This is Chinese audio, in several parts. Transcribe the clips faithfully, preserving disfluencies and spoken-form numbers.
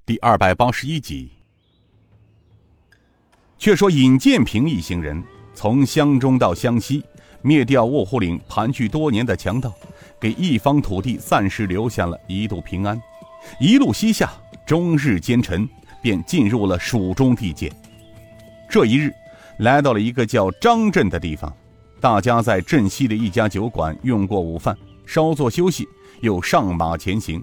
第二百八十一集。却说尹建平一行人从湘中到湘西，灭掉卧虎岭盘踞多年的强盗，给一方土地暂时留下了一度平安。一路西下，终日奸臣，便进入了蜀中地界。这一日，来到了一个叫张镇的地方，大家在镇西的一家酒馆用过午饭，稍作休息，又上马前行。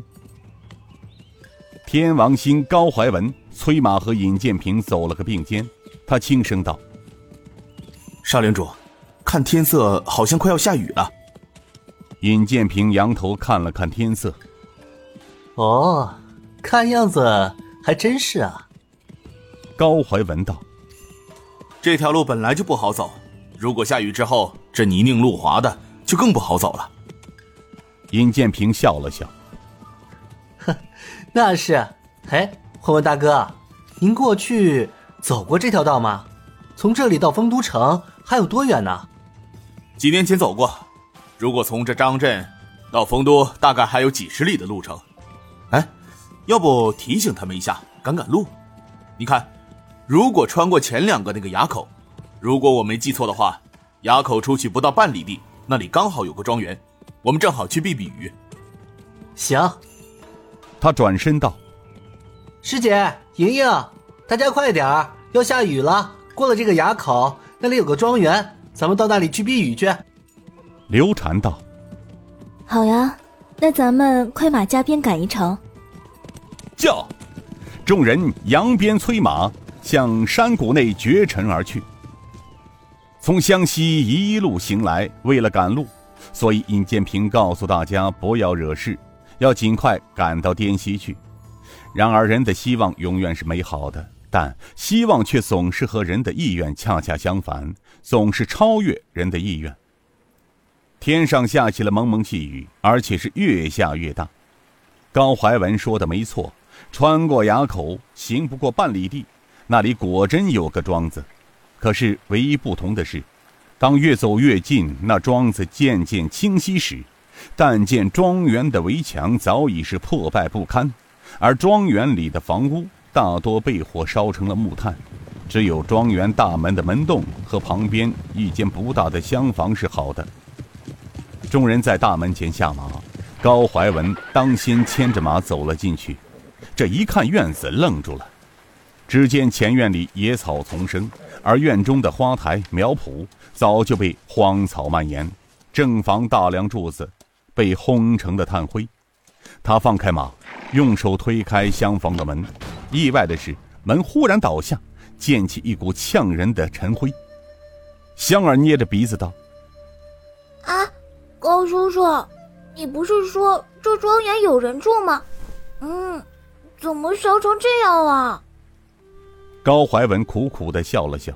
天王星高怀文催马和尹建平走了个并肩，他轻声道： 少领主，看天色好像快要下雨了。 尹建平扬头看了看天色， 哦，看样子还真是啊。 高怀文道： 这条路本来就不好走，如果下雨之后这泥泞路滑的，就更不好走了。 尹建平笑了笑： 哼，那是。哎，慧文大哥，您过去走过这条道吗？从这里到丰都城还有多远呢？ 几年前走过，如果从这张镇到丰都大概还有几十里的路程。哎，要不提醒他们一下，赶赶路。你看，如果穿过前两个那个垭口，如果我没记错的话，垭口出去不到半里地，那里刚好有个庄园，我们正好去避避雨。 行。 他转身道： 师姐，莹莹，大家快点儿，要下雨了，过了这个垭口，那里有个庄园，咱们到那里去避雨去。 刘禅道： 好呀，那咱们快马加鞭赶一程。 叫！众人扬鞭催马向山谷内绝尘而去。从湘西一路行来，为了赶路，所以尹建平告诉大家不要惹事，要尽快赶到滇西去。然而人的希望永远是美好的，但希望却总是和人的意愿恰恰相反，总是超越人的意愿。天上下起了蒙蒙细雨，而且是越下越大。高怀文说的没错，穿过垭口，行不过半里地，那里果真有个庄子。可是唯一不同的是，当越走越近，那庄子渐渐清晰时，但见庄园的围墙早已是破败不堪，而庄园里的房屋大多被火烧成了木炭，只有庄园大门的门洞和旁边一间不大的厢房是好的。众人在大门前下马，高怀文当先牵着马走了进去。这一看院子，愣住了。只见前院里野草丛生，而院中的花台苗圃早就被荒草蔓延，正房大梁柱子被烘成的炭灰。他放开马，用手推开厢房的门，意外的是门忽然倒下，溅起一股呛人的尘灰。香儿捏着鼻子道： 啊，高叔叔，你不是说这庄园有人住吗？嗯，怎么烧成这样啊？ 高怀文苦苦地笑了笑：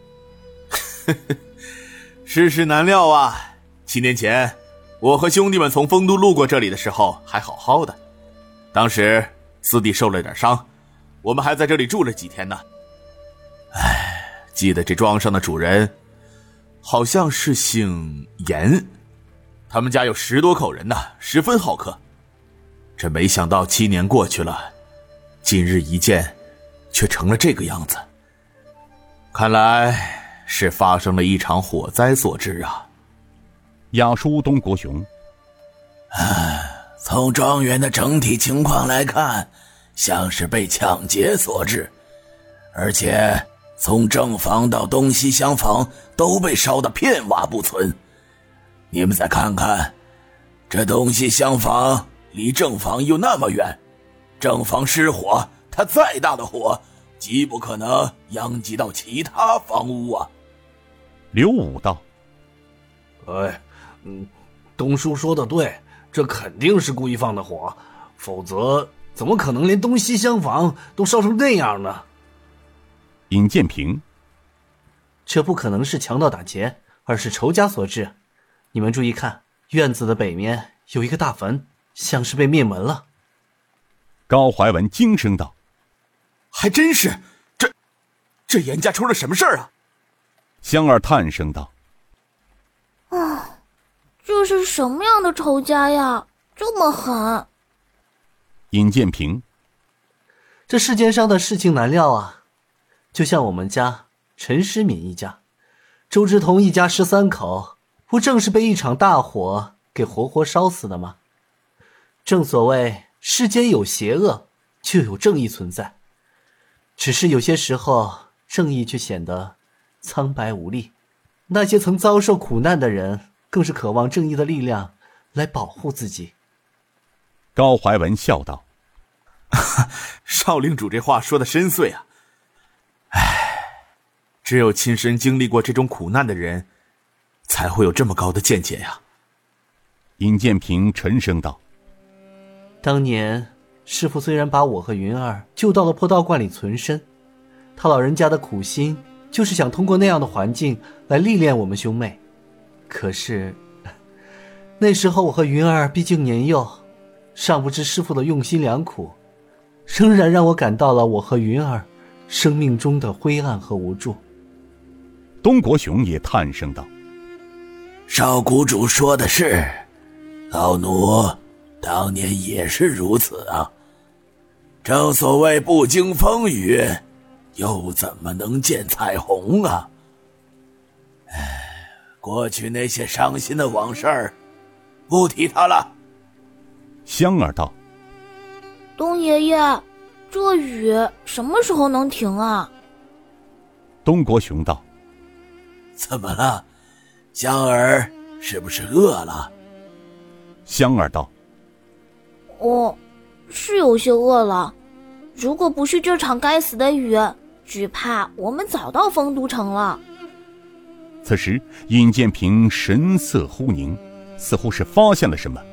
世事难料啊，七年前我和兄弟们从丰都路过这里的时候还好好的，当时四弟受了点伤，我们还在这里住了几天呢。唉，记得这庄上的主人好像是姓严，他们家有十多口人呢，十分好客。这没想到七年过去了，今日一见却成了这个样子，看来是发生了一场火灾所致啊。 亚叔东国雄： 从庄园的整体情况来看，像是被抢劫所致，而且从正房到东西厢房都被烧得片瓦不存。你们再看看，这东西厢房离正房又那么远，正房失火，它再大的火极不可能殃及到其他房屋啊。 刘武道： 哎，嗯，东叔说的对，这肯定是故意放的火，否则怎么可能连东西厢房都烧成那样呢？ 尹建平： 这不可能是强盗打劫，而是仇家所致。你们注意看，院子的北面有一个大坟，像是被灭门了。 高怀文惊声道： 还真是，这这严家出了什么事儿啊？ 香儿叹声道： 啊，这是什么样的仇家呀，这么狠？ 尹建平： 这世间上的事情难料啊，就像我们家陈诗敏一家，周志同一家十三口，不正是被一场大火给活活烧死的吗？正所谓世间有邪恶，就有正义存在，只是有些时候正义却显得苍白无力。那些曾遭受苦难的人，更是渴望正义的力量来保护自己。 高怀文笑道： 少领主这话说的深邃啊！唉，只有亲身经历过这种苦难的人，才会有这么高的见解呀。 尹建平沉声道： 当年师父虽然把我和云儿救到了破道观里存身，他老人家的苦心就是想通过那样的环境来历练我们兄妹。可是那时候我和云儿毕竟年幼，尚不知师父的用心良苦，仍然让我感到了我和云儿生命中的灰暗和无助。 东国雄也叹声道： 少谷主说的是，老奴当年也是如此啊。正所谓不经风雨，又怎么能见彩虹啊？唉，过去那些伤心的往事不提它了。 香儿道： 东爷爷，这雨什么时候能停啊？ 东国雄道： 怎么了？香儿是不是饿了？ 香儿道： 哦，是有些饿了。如果不是这场该死的雨，只怕我们早到丰都城了。 此时尹建平神色忽凝，似乎是发现了什么，